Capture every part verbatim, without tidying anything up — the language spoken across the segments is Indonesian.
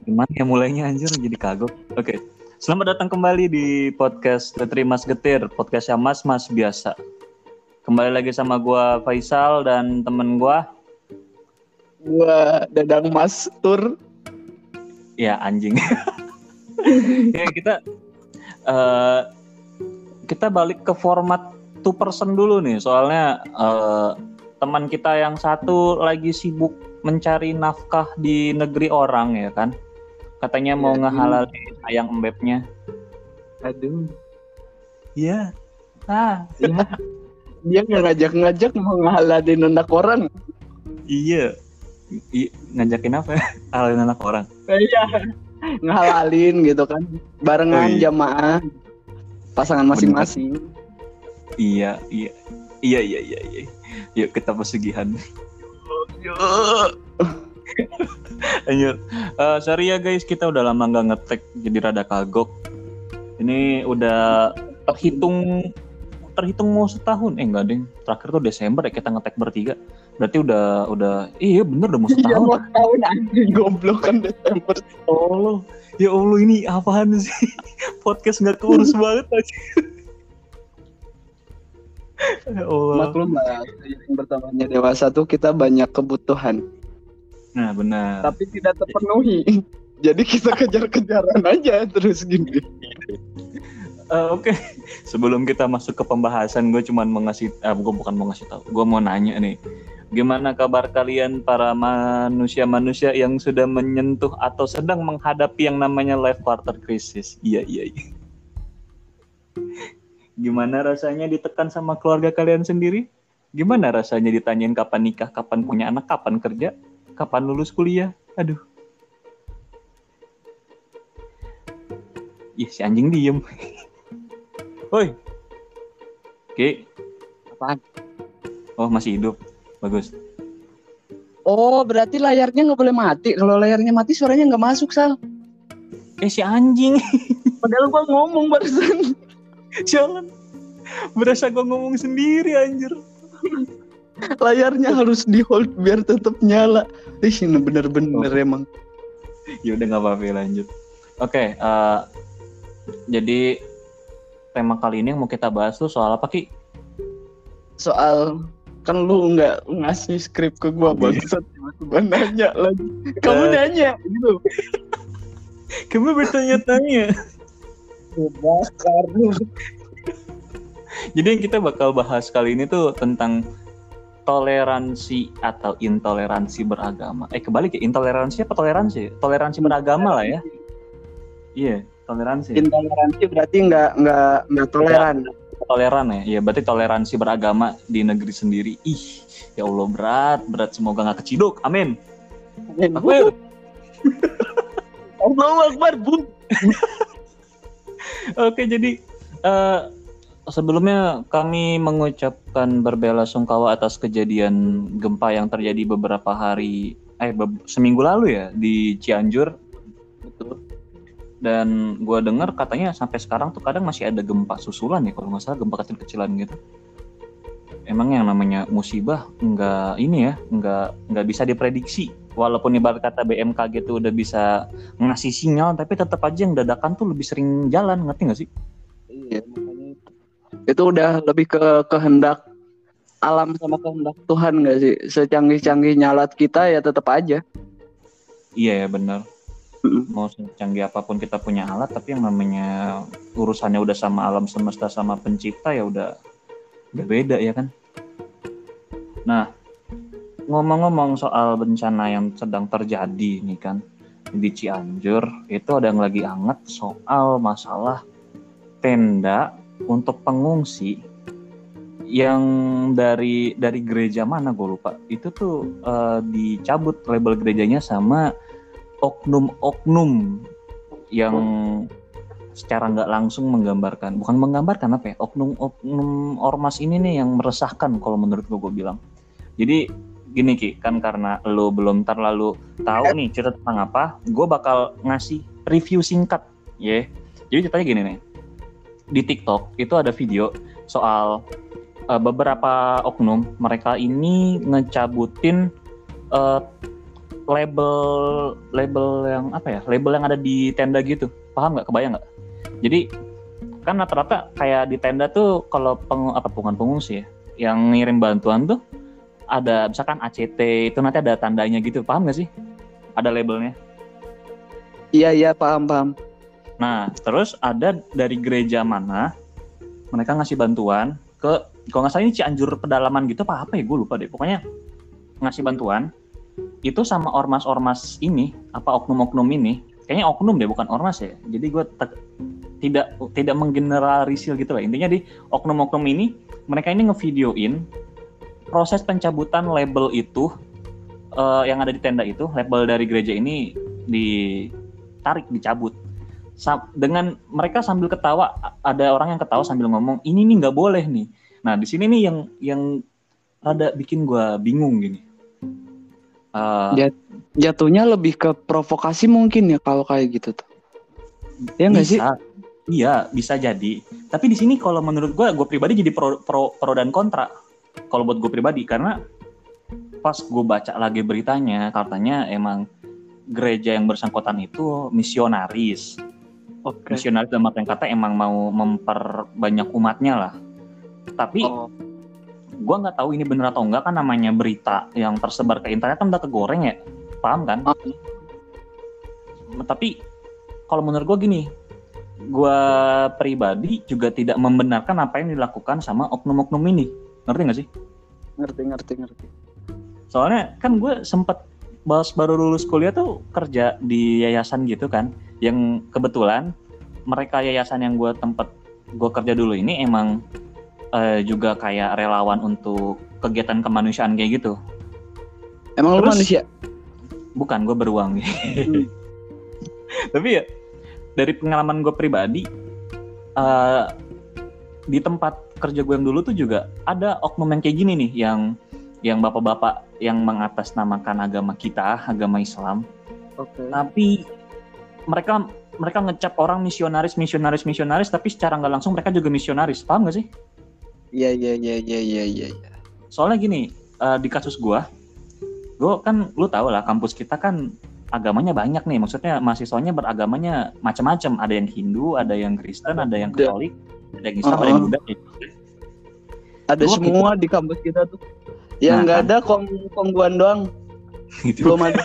Gimana ya mulainya anjir jadi kagok. Oke. Selamat datang kembali di podcast Tetri Mas Getir, podcastnya Mas-Mas biasa. Kembali lagi sama gua Faisal dan temen gua. Gua Dadang Mas Tur. Ya anjing. Ya kita uh, kita balik ke format two person dulu nih. Soalnya uh, teman kita yang satu lagi sibuk mencari nafkah di negeri orang ya kan. Katanya mau ya, ngehalalin ayang embebnya. Aduh. Iya. Ah. Ya. Dia nggak ngajak-ngajak mau ngehalalin anak orang. Iya. I- ngajakin apa? Halalin anak orang. Iya. Ngehalalin gitu kan. Barengan oh, iya. Jamaah. Pasangan masing-masing. Iya, iya. Iya, iya, iya, iya. Yuk kita pesugihan. Yuk. Anjir. Uh, sorry ya guys, kita udah lama gak nge-tag jadi rada kagok. Ini udah terhitung terhitung mau setahun. Eh enggak deng, terakhir tuh Desember ya kita nge-tag bertiga. Berarti udah udah iya bener udah mau setahun. Iya mau setahun anjing, goblok kan Desember. Oh, ya Allah ini apaan sih? Podcast gak keurus banget aja. Ya Allah. Maklum lah, yang bertambahnya dewasa tuh kita banyak kebutuhan. Nah benar. Tapi tidak terpenuhi. Jadi kita kejar-kejaran aja terus gini. Uh, Oke, okay. Sebelum kita masuk ke pembahasan, gue cuma mau ngasih, uh, gue bukan mau ngasih tahu, gue mau nanya nih, gimana kabar kalian para manusia-manusia yang sudah menyentuh atau sedang menghadapi yang namanya life quarter crisis? Iya iya. iya. Gimana rasanya ditekan sama keluarga kalian sendiri? Gimana rasanya ditanyain kapan nikah, kapan punya anak, kapan kerja? Kapan lulus kuliah? Aduh. Ih, si anjing diem. Woi. Oke. Apaan? Oh, masih hidup. Bagus. Oh, berarti layarnya nggak boleh mati. Kalau layarnya mati, suaranya nggak masuk, Sal. Eh, si anjing. Padahal gua ngomong barusan. Jangan. Berasa gua ngomong sendiri, anjir. Layarnya harus di hold biar tetap nyala. Ih, ini bener-bener oh. Emang. Ya udah nggak apa-apa, lanjut. Oke, okay, uh, jadi tema kali ini yang mau kita bahas tuh soal apa Ki? Soal kan lu nggak ngasih skrip ke gua, bangsat. Tiba-tiba nanya lagi. Kamu uh, nanya gitu. Kamu bertanya-tanya. Bakar lu. Jadi yang kita bakal bahas kali ini tuh tentang toleransi atau intoleransi beragama. Eh kebalik ya, intoleransi apa toleransi? Toleransi beragama lah ya. Iya, toleransi. Intoleransi berarti nggak nggak nggak toleran. Nggak toleran ya. Iya, berarti toleransi beragama di negeri sendiri. Ih, ya Allah berat, berat semoga nggak keciduk. Amin. Amin. Amin. Allahu Akbar, Bung. Oke, jadi uh, sebelumnya kami mengucapkan berbela-sungkawa atas kejadian gempa yang terjadi beberapa hari, eh be- seminggu lalu ya di Cianjur. Betul. Dan gue dengar katanya sampai sekarang tuh kadang masih ada gempa susulan ya kalau nggak salah, gempa kecil-kecilan gitu. Emang yang namanya musibah nggak ini ya, nggak nggak bisa diprediksi. Walaupun ibarat kata B M K G tuh udah bisa ngasih sinyal, tapi tetap aja yang dadakan tuh lebih sering jalan, ngerti nggak sih? Iya. Itu udah lebih ke kehendak alam sama kehendak Tuhan nggak sih? Secanggih-canggihnya alat kita ya tetap aja. Iya ya benar. Mm-hmm. Mau secanggih apapun kita punya alat, tapi yang namanya urusannya udah sama alam semesta sama pencipta ya udah udah beda ya kan. Nah ngomong-ngomong soal bencana yang sedang terjadi nih kan di Cianjur, itu ada yang lagi hangat soal masalah tenda untuk pengungsi yang dari dari gereja mana gue lupa itu tuh uh, dicabut label gerejanya sama oknum-oknum yang secara nggak langsung menggambarkan, bukan menggambarkan apa ya, oknum-oknum ormas ini nih yang meresahkan kalau menurut gue gue bilang. Jadi gini Ki, kan karena lo belum terlalu tahu nih cerita tentang apa, gue bakal ngasih review singkat ya. Yeah. Jadi ceritanya gini nih. Di TikTok itu ada video soal uh, beberapa oknum, mereka ini ngecabutin uh, label label yang apa ya? Label yang ada di tenda gitu. Paham nggak? Kebayang nggak? Jadi kan rata-rata kayak di tenda tuh kalau peng, apa bukan pengungsi ya, yang ngirim bantuan tuh ada misalkan A C T itu nanti ada tandanya gitu. Paham nggak sih? Ada labelnya. Iya iya paham paham. Nah, terus ada dari gereja mana mereka ngasih bantuan ke, kalau nggak salah ini Cianjur pedalaman gitu apa apa ya, gue lupa deh. Pokoknya ngasih bantuan itu sama ormas-ormas ini, apa oknum-oknum ini, kayaknya oknum deh bukan ormas ya. Jadi gue te- tidak tidak menggeneralisir gitu lah. Intinya di oknum-oknum ini mereka ini ngevideoin proses pencabutan label itu uh, yang ada di tenda itu, label dari gereja ini ditarik, dicabut. Sa- dengan mereka sambil ketawa, ada orang yang ketawa sambil ngomong ini nih nggak boleh nih. Nah di sini nih yang yang rada bikin gue bingung gini. Uh, Jat- jatuhnya lebih ke provokasi mungkin ya kalau kayak gitu tuh. Ya nggak sih? Iya bisa jadi. Tapi di sini kalau menurut gue, gue pribadi jadi pro, pro, pro dan kontra. Kalau buat gue pribadi, karena pas gue baca lagi beritanya, katanya emang gereja yang bersangkutan itu misionaris. Okay. Misionaris dalam artian kata emang mau memperbanyak umatnya lah. Tapi oh. gue nggak tahu ini benar atau enggak, kan namanya berita yang tersebar ke internet kan udah kegoreng ya, paham kan? Oh. Tapi kalau menurut gue gini, gue pribadi juga tidak membenarkan apa yang dilakukan sama oknum-oknum ini, ngerti nggak sih? Ngerti ngerti ngerti. Soalnya kan gue sempet pas baru lulus kuliah tuh kerja di yayasan gitu kan, yang kebetulan mereka yayasan yang gue tempat gue kerja dulu ini emang uh, juga kayak relawan untuk kegiatan kemanusiaan kayak gitu. Emang lu manusia? Bukan, gue beruang. Hmm. Tapi ya dari pengalaman gue pribadi, uh, di tempat kerja gue yang dulu tuh juga ada oknum yang kayak gini nih, yang yang bapak-bapak yang mengatasnamakan agama kita, agama Islam. Okay. Tapi mereka mereka ngecap orang misionaris, misionaris, misionaris, tapi secara nggak langsung mereka juga misionaris, paham nggak sih? Iya iya iya iya iya iya. Soalnya gini, uh, di kasus gue, gue kan lu tau lah kampus kita kan agamanya banyak nih, maksudnya mahasiswanya beragamanya macam-macam, ada yang Hindu, ada yang Kristen, ada yang Katolik, ada yang Islam, uh-huh. ada yang Buddha. Ada gua semua gitu di kampus kita tuh. Yang nggak nah, ada kong kongguan doang. Gitu. Belum ada.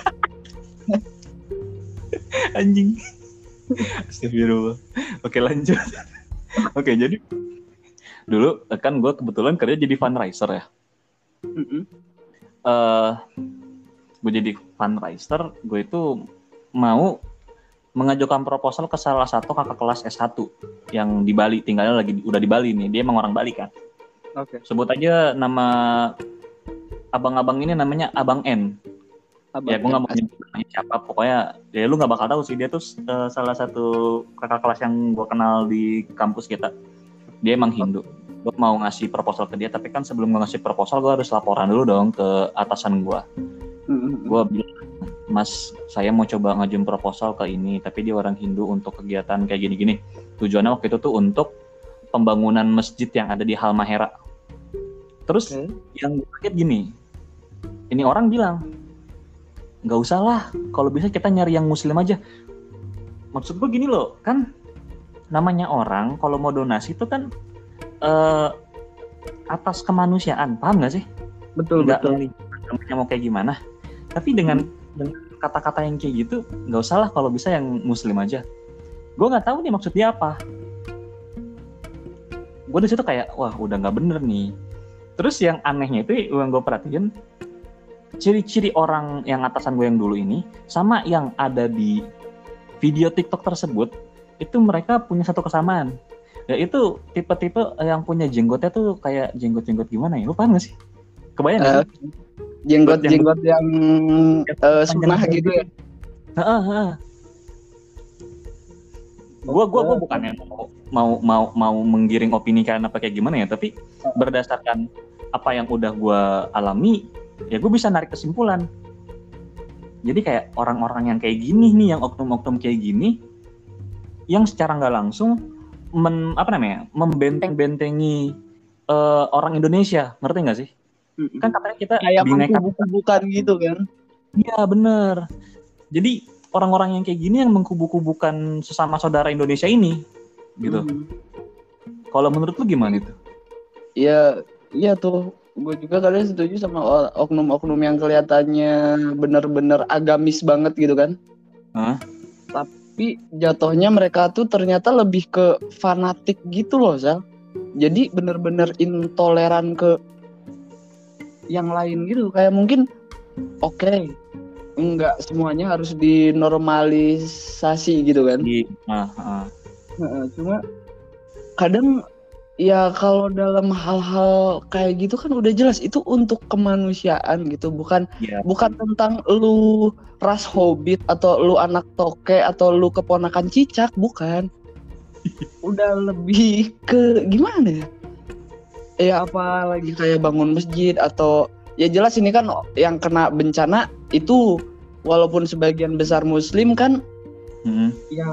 Anjing. Astagfirullah. Oke lanjut. Oke jadi dulu kan gue kebetulan kerja jadi fundraiser ya. Mm-hmm. Uh, gue jadi fundraiser, gue itu mau mengajukan proposal ke salah satu kakak kelas S satu yang di Bali, tinggalnya lagi udah di Bali nih, dia emang orang Bali kan. Oke. Okay. Sebut aja nama abang-abang ini, namanya Abang N. Abang ya gue nggak mau nyebut namanya siapa, pokoknya ya lu nggak bakal tahu sih, dia tuh uh, salah satu kakak kelas yang gue kenal di kampus kita. Dia emang Hindu. Gue mau ngasih proposal ke dia, tapi kan sebelum gue ngasih proposal gue harus laporan dulu dong ke atasan gue. Mm-hmm. Gue bilang, Mas, saya mau coba ngajuin proposal ke ini, tapi dia orang Hindu untuk kegiatan kayak gini-gini. Tujuannya waktu itu tuh untuk pembangunan masjid yang ada di Halmahera. Terus okay. yang gue kaget gini, ini orang bilang, nggak usah lah, kalau bisa kita nyari yang muslim aja. Maksud gue gini loh, kan namanya orang kalau mau donasi itu kan uh, atas kemanusiaan, paham nggak sih? Betul nggak betul. Namanya mau kayak gimana? Tapi dengan, hmm. dengan kata-kata yang kayak gitu, nggak usah lah kalau bisa yang muslim aja. Gue nggak tahu nih maksud dia apa. Gue di situ kayak, wah udah nggak bener nih. Terus yang anehnya itu yang gue perhatiin, ciri-ciri orang yang atasan gue yang dulu ini sama yang ada di video TikTok tersebut, itu mereka punya satu kesamaan. Ya itu tipe-tipe yang punya jenggotnya tuh kayak jenggot-jenggot gimana ya? Lu paham gak sih? Kebayang gak uh, sih? Jenggot-jenggot yang, yang uh, sunnah gitu ya? Heeh, heeh. Gue gue gue bukannya mau mau mau mau menggiring opini kalian apa kayak gimana ya, tapi berdasarkan apa yang udah gue alami, ya gue bisa narik kesimpulan. Jadi kayak orang-orang yang kayak gini nih, yang oknum-oknum kayak gini, yang secara nggak langsung men, apa namanya, membenteng-bentengi uh, orang Indonesia, ngerti nggak sih? Kan katanya kita kayak buku-buku bukan gitu kan? Iya bener. Jadi orang-orang yang kayak gini yang mengkubu-kubukan sesama saudara Indonesia ini, gitu. Hmm. Kalau menurut lu gimana itu? Iya, iya tuh. Gue juga kadang setuju sama oknum-oknum yang kelihatannya bener-bener agamis banget gitu kan. Hah? Tapi jatuhnya mereka tuh ternyata lebih ke fanatik gitu loh, Sal. Jadi bener-bener intoleran ke yang lain gitu. Kayak mungkin oke, okay, enggak semuanya harus dinormalisasi gitu kan. Iya. Uh, uh. Nah, cuma kadang ya kalau dalam hal-hal kayak gitu kan udah jelas itu untuk kemanusiaan gitu, bukan yeah. bukan tentang lu ras hobbit atau lu anak toke atau lu keponakan cicak, bukan. Udah lebih ke gimana ya? Ya apa lagi kayak bangun masjid atau ya jelas ini kan yang kena bencana itu walaupun sebagian besar muslim kan, mm-hmm. ya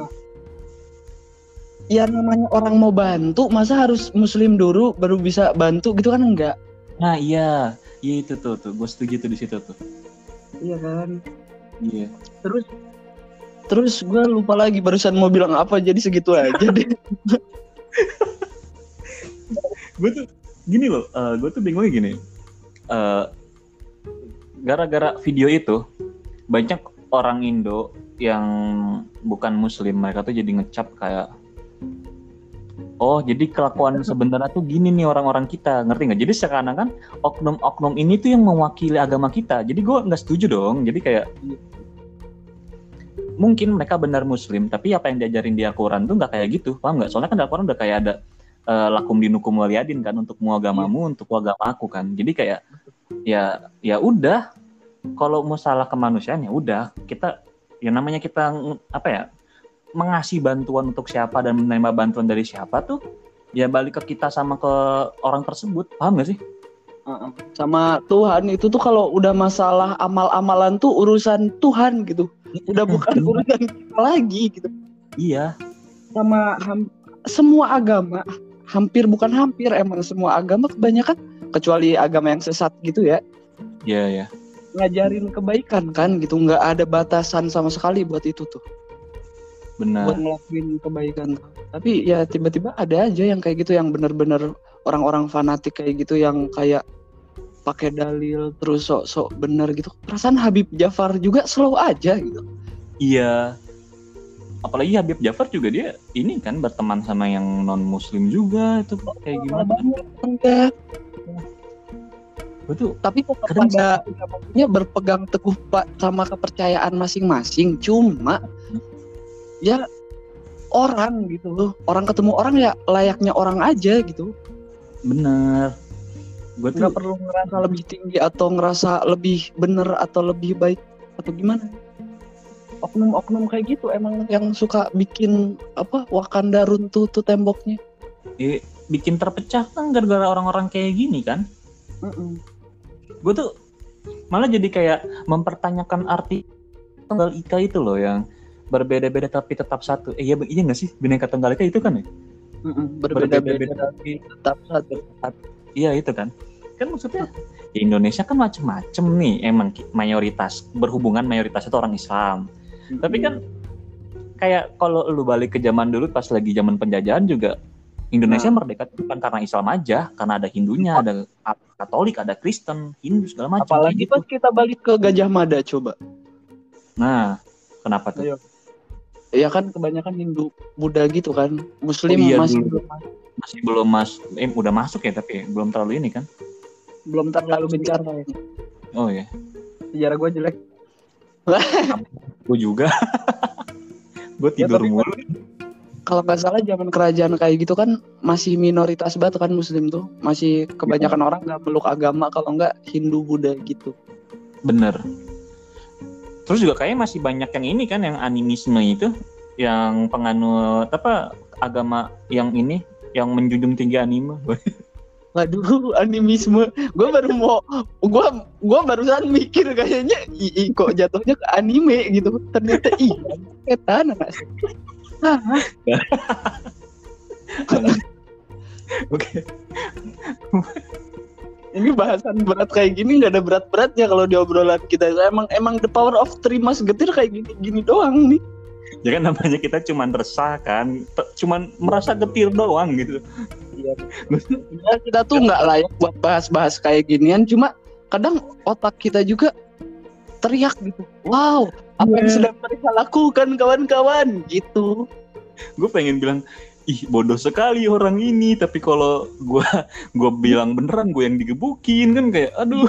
ya namanya orang mau bantu masa harus muslim dulu baru bisa bantu gitu kan, enggak. Nah iya, iya itu tuh tuh gue setuju tuh di situ tuh. Iya kan. Iya. Terus terus gue lupa lagi barusan mau bilang apa, jadi segitu aja deh. Gue tuh gini loh, uh, gue tuh bingungnya gini. Uh, gara-gara video itu banyak orang Indo yang bukan muslim, mereka tuh jadi ngecap kayak, oh jadi kelakuan sebenarnya tuh gini nih orang-orang kita, ngerti nggak? Jadi sekarang kan oknum-oknum ini tuh yang mewakili agama kita. Jadi gue nggak setuju dong. Jadi kayak mungkin mereka benar muslim, tapi apa yang diajarin di Al-Quran tuh nggak kayak gitu, paham nggak? Soalnya kan di Al-Quran udah kayak ada uh, lakum dinukum waliyadin kan, untuk mu agamamu, untuk agama aku kan. Jadi kayak ya ya udah, kalau masalah kemanusiaan ya udah, kita ya namanya kita apa ya, mengasih bantuan untuk siapa dan menerima bantuan dari siapa tuh ya balik ke kita sama ke orang tersebut, paham gak sih? Uh-uh. Sama Tuhan itu tuh kalau udah masalah amal-amalan tuh urusan Tuhan gitu, udah bukan urusan kita lagi gitu. Iya. Sama ham- semua agama, hampir bukan hampir emang semua agama kebanyakan, kecuali agama yang sesat gitu ya. Iya yeah, ya. Yeah. Ngajarin kebaikan kan gitu, nggak ada batasan sama sekali buat itu tuh. Benar. Buat ngelakuin kebaikan. Tapi ya tiba-tiba ada aja yang kayak gitu, yang benar-benar orang-orang fanatik kayak gitu, yang kayak pakai dalil terus sok-sok benar gitu. Perasaan Habib Jafar juga slow aja gitu. Iya. Apalagi Habib Jafar juga dia ini kan berteman sama yang non muslim juga, itu kayak gimana? Banyak enggak. Betul. Tapi tetap pada namanya berpegang teguh Pak sama kepercayaan masing-masing. Cuma hmm. ya orang gitu loh, orang ketemu orang ya layaknya orang aja gitu. Bener. Gue tuh nggak perlu ngerasa lebih tinggi atau ngerasa lebih bener atau lebih baik atau gimana. Oknum-oknum kayak gitu emang yang suka bikin apa Wakanda runtuh tuh temboknya. Eh, bikin terpecah kan gara-gara orang-orang kayak gini kan. Gue tuh malah jadi kayak mempertanyakan arti tunggal ika itu loh, yang berbeda-beda tapi tetap satu. Eh iya iya nggak sih, Bhinneka Tunggal Ika itu kan ya? Mm-mm, berbeda-beda tapi tetap satu. Iya itu kan. Kan maksudnya di Indonesia kan macam-macam nih, emang mayoritas berhubungan mayoritas itu orang Islam. Mm-hmm. Tapi kan kayak kalau lu balik ke zaman dulu pas lagi zaman penjajahan juga, Indonesia nah. merdeka bukan karena Islam aja, karena ada Hindunya, ada Katolik, ada Kristen, Hindu segala macam. Apalagi gitu. Pas kita balik ke Gajah Mada coba. Nah, kenapa tuh? Ayo. Ya kan kebanyakan Hindu Buddha gitu kan, Muslim oh, iya, masih belum masih belum mas, eh udah masuk ya tapi belum terlalu ini kan? Belum terlalu bencana ini. Oh ya. Sejarah gue jelek. Gue juga. Gue tidur ya, mulu. Kalau nggak salah zaman kerajaan kayak gitu kan masih minoritas banget kan Muslim tuh, masih kebanyakan ya. Orang nggak meluk agama kalau nggak Hindu Buddha gitu. Bener. Terus juga kayaknya masih banyak yang ini kan, yang animisme itu, yang penganut apa agama yang ini, yang menjunjung tinggi anime. Waduh, animisme. Gue baru mau, gue gue barusan mikir kayaknya, i, kok jatuhnya ke anime gitu. Ternyata iya, setan nggak sih? Oke. Ini bahasan berat kayak gini nggak ada berat-beratnya kalau di obrolan kita. Emang emang the power of three mas getir kayak gini-gini doang nih. Ya kan namanya kita cuman resah kan, cuman merasa getir doang gitu. Iya. Ya, kita tuh nggak layak buat bahas-bahas kayak ginian. Cuma kadang otak kita juga teriak gitu. Wow, apa yang sedang mereka lakukan kawan-kawan gitu. Gue pengen bilang, ih bodoh sekali orang ini, tapi kalau gue gue bilang beneran gue yang digebukin kan kayak aduh.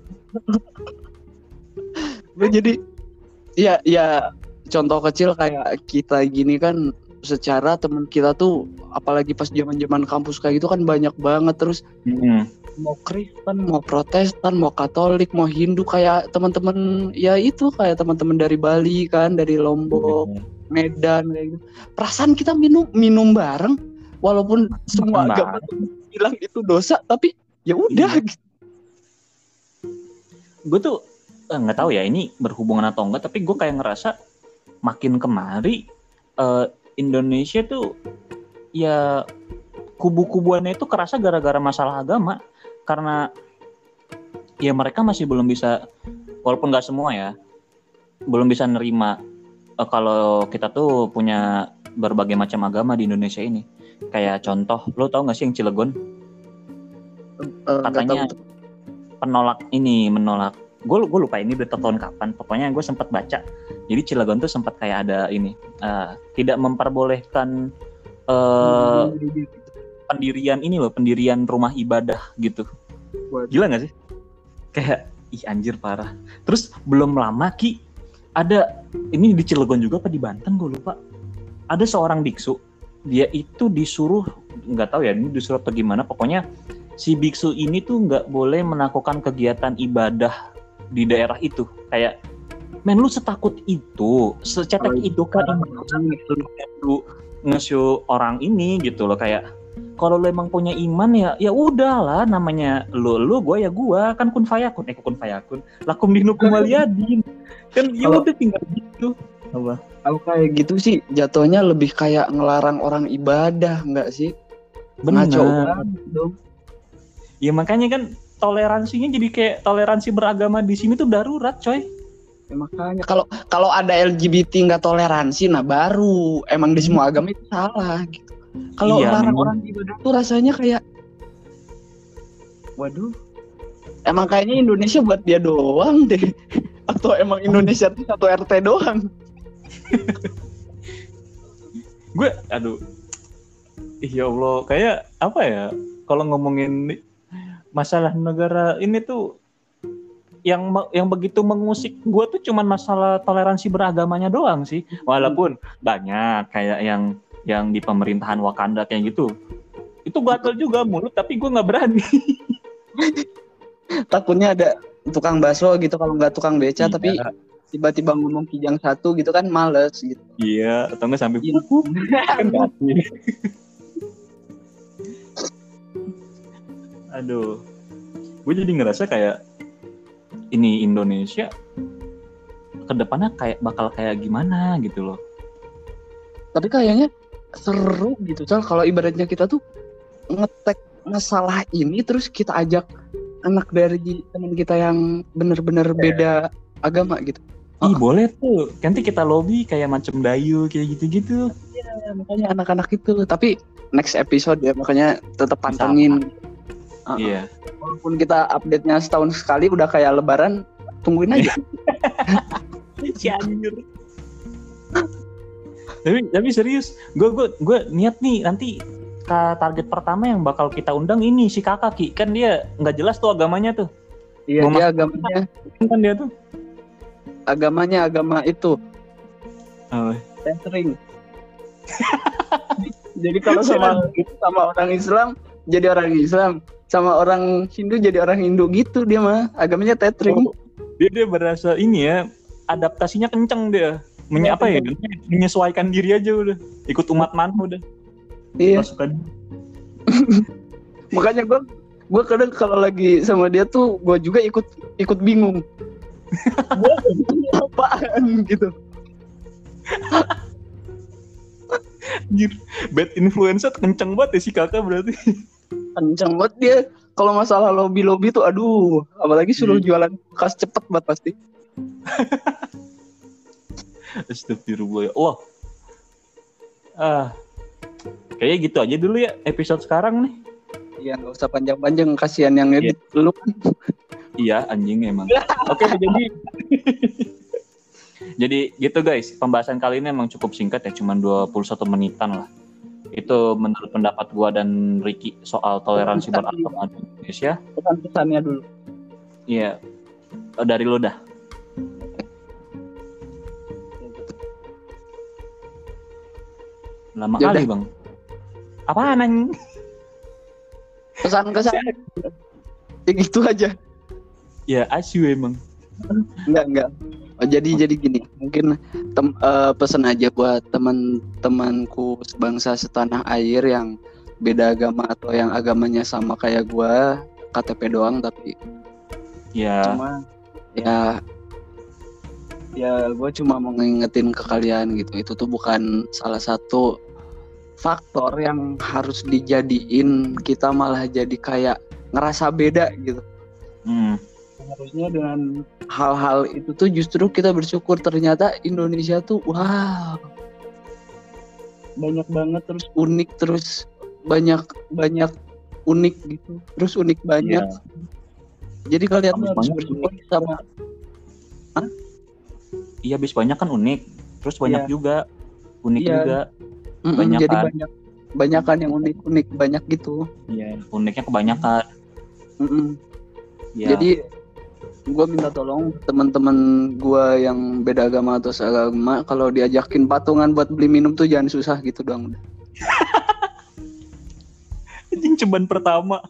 Gue jadi ya ya contoh kecil kayak kita gini kan, secara teman kita tuh apalagi pas zaman-zaman kampus kayak gitu kan banyak banget, terus hmm. mau Kristen, mau Protestan, mau Katolik, mau Hindu, kayak teman-teman ya itu kayak teman-teman dari Bali kan, dari Lombok, hmm. Medan kayak gitu. Perasaan kita minum minum bareng walaupun semua agama bilang itu dosa, tapi ya udah iya. gitu. Gue tuh nggak eh, tahu ya ini berhubungan atau enggak, tapi gue kayak ngerasa makin kemari uh, Indonesia tuh ya kubu-kubuannya itu kerasa gara-gara masalah agama, karena ya mereka masih belum bisa, walaupun nggak semua ya, belum bisa nerima uh, kalau kita tuh punya berbagai macam agama di Indonesia ini. Kayak contoh, lo tau nggak sih yang Cilegon? Uh, katanya penolak ini, menolak. Gue gue lupa ini udah tahun kapan. Pokoknya gue sempat baca. Jadi Cilegon tuh sempat kayak ada ini, uh, tidak memperbolehkan uh, pendirian ini loh, pendirian rumah ibadah gitu. Gila nggak sih? Kayak ih anjir parah. Terus belum lama Ki, ada ini di Cilegon juga apa di Banten gue lupa. Ada seorang biksu, dia itu disuruh, nggak tahu ya ini disuruh atau gimana, pokoknya si biksu ini tuh nggak boleh melakukan kegiatan ibadah di daerah itu. Kayak men lu setakut itu, secetek oh, itu kan lu nge-show orang ini gitu loh. Kayak kalau lu emang punya iman ya ya udahlah, namanya lu lu gua ya gua, kan kun fayakun eh kun fayakun lakum dinukum waliyadin kan, ya udah tinggal gitu. Apa kalau kayak gitu sih jatuhnya lebih kayak ngelarang orang ibadah enggak sih? Ngaco banget dong. Ya makanya kan toleransinya jadi kayak toleransi beragama di sini tuh darurat coy. Ya, makanya kalau kalau ada L G B T nggak toleransi, nah baru emang di semua agama itu salah gitu. Kalau iya, larang orang ibadah tuh rasanya kayak, waduh, emang kayaknya Indonesia buat dia doang deh, atau emang Indonesia tuh satu R T doang? Gue, aduh, ya Allah, kayak apa ya? Kalau ngomongin masalah negara ini tuh yang yang begitu mengusik gue tuh cuman masalah toleransi beragamanya doang sih. Walaupun banyak kayak yang yang di pemerintahan Wakanda kayak gitu, itu gatel juga mulut, tapi gue nggak berani. Takutnya ada tukang bakso gitu, kalau nggak tukang beca, iya. Tapi tiba-tiba ngomong kijang satu gitu kan males gitu. Iya, atau nggak sampai pupuk. Kan aduh, gue jadi ngerasa kayak ini Indonesia kedepannya kayak bakal kayak gimana gitu loh. Tapi kayaknya seru gitu, Cal, kalau ibaratnya kita tuh ngetek masalah ini terus kita ajak anak dari teman kita yang benar-benar beda agama gitu. Ih, oh. Boleh tuh. Nanti kita lobby kayak macam Dayu kayak gitu-gitu. Iya, makanya anak-anak itu. Tapi next episode ya, makanya tetap pantengin. Uh, iya. Walaupun kita update-nya setahun sekali udah kayak lebaran, tungguin aja. Si anjir. tapi tapi serius, gue gue gue niat nih nanti ke target pertama yang bakal kita undang ini si kakak Ki, kan dia nggak jelas tuh agamanya tuh. Iya, dia agamanya kan dia tuh agamanya agama itu. Oh. Tethering. Jadi kalau sama sama orang Islam jadi orang Islam, sama orang Hindu jadi orang Hindu gitu, dia mah agamanya tethering. Oh, dia dia berasa ini ya, adaptasinya kenceng dia. Menye, apa ya? Menyesuaikan diri aja udah. Ikut umat mana udah. Iya. Makanya gue gue kadang kalau lagi sama dia tuh gue juga ikut ikut bingung. Gue apaan gitu. Anjir, bad influencer kenceng banget ya si kakak berarti. Kenceng banget dia. kalau masalah lobby-lobby tuh aduh, apalagi suruh hmm. jualan kulkas cepet banget pasti. Astagfirullah. Wah. Ah. Kayaknya gitu aja dulu ya episode sekarang nih. Iya, enggak usah panjang-panjang, kasihan yang edit yeah. Lu kan. Iya, anjing emang. Oke, jadi Jadi gitu guys, pembahasan kali ini emang cukup singkat ya, cuma dua puluh satu menitan lah. Itu menurut pendapat gua dan Ricky soal toleransi beragama di Indonesia. Pesan-pesannya dulu. Iya. Dari lu dah. Lama ya kali, udah. Bang. Apaan anjing? Pesan-kesan. Yang itu aja. Ya, asyik emang. Enggak, enggak. Oh, jadi oh. jadi gini, mungkin tem, uh, pesan aja buat teman-temanku sebangsa setanah air yang beda agama atau yang agamanya sama kayak gua, K T P doang tapi ya cuma ya ya gua cuma mau ngingetin ke kalian gitu, itu tuh bukan salah satu faktor yang harus dijadiin kita malah jadi kayak ngerasa beda gitu. Hmm. Harusnya dengan hal-hal itu tuh justru kita bersyukur, ternyata Indonesia tuh wow banyak banget, terus unik, terus banyak banyak unik gitu, terus unik banyak. Yeah. Jadi kalian tuh harus bersyukur sama. Hah? Iya, bis banyak kan unik, terus banyak yeah. juga unik yeah. juga. Mm-mm, banyak jadi kan. banyak banyakan yang unik-unik banyak gitu. Iya, yeah, uniknya kebanyakan. Mm-mm. Yeah. Jadi gue minta tolong teman-teman gue yang beda agama atau seagama, kalau diajakin patungan buat beli minum tuh jangan susah gitu doang. Anjing ceban pertama.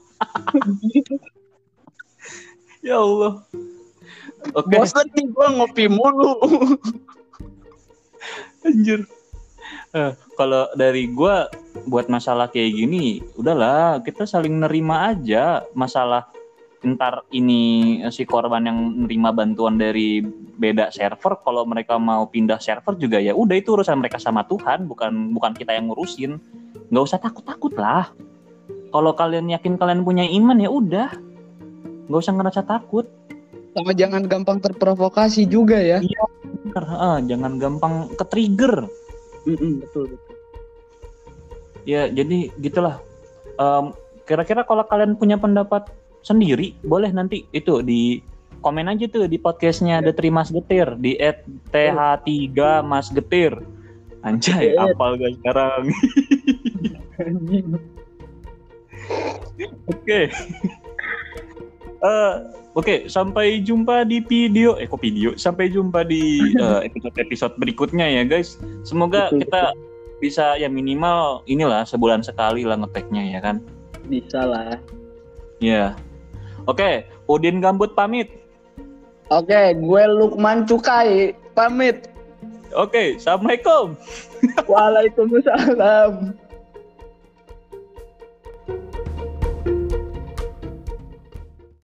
Ya Allah. Oke. Okay. Bosan nih gue ngopi mulu. Anjir. Eh, kalau dari gue buat masalah kayak gini, udahlah kita saling nerima aja masalah. Ntar ini si korban yang nerima bantuan dari beda server, kalau mereka mau pindah server juga ya udah, itu urusan mereka sama Tuhan, bukan bukan kita yang ngurusin. Nggak usah takut-takut lah. Kalau kalian yakin kalian punya iman ya udah, nggak usah ngerasa takut. Sama jangan gampang terprovokasi juga ya. Iya, bener, ah, jangan gampang ke-trigger. Mm-mm, betul betul. Ya jadi gitulah. Um, kira-kira kalau kalian punya pendapat sendiri, boleh nanti itu di komen aja tuh di podcastnya The Three Mas Getir di et t h tiga Mas Getir. Anjay, apal guys sekarang. Oke. Uh, Oke, okay, sampai jumpa di video, eh kok video? Sampai jumpa di uh, episode-episode berikutnya ya guys. Semoga kita bisa ya minimal inilah sebulan sekali lah ngeteknya ya kan. Bisa lah. Ya. Yeah. Oke, okay, Udin Gambut pamit. Oke, okay, gue Lukman Cukai pamit. Oke, okay, assalamualaikum. Waalaikumsalam.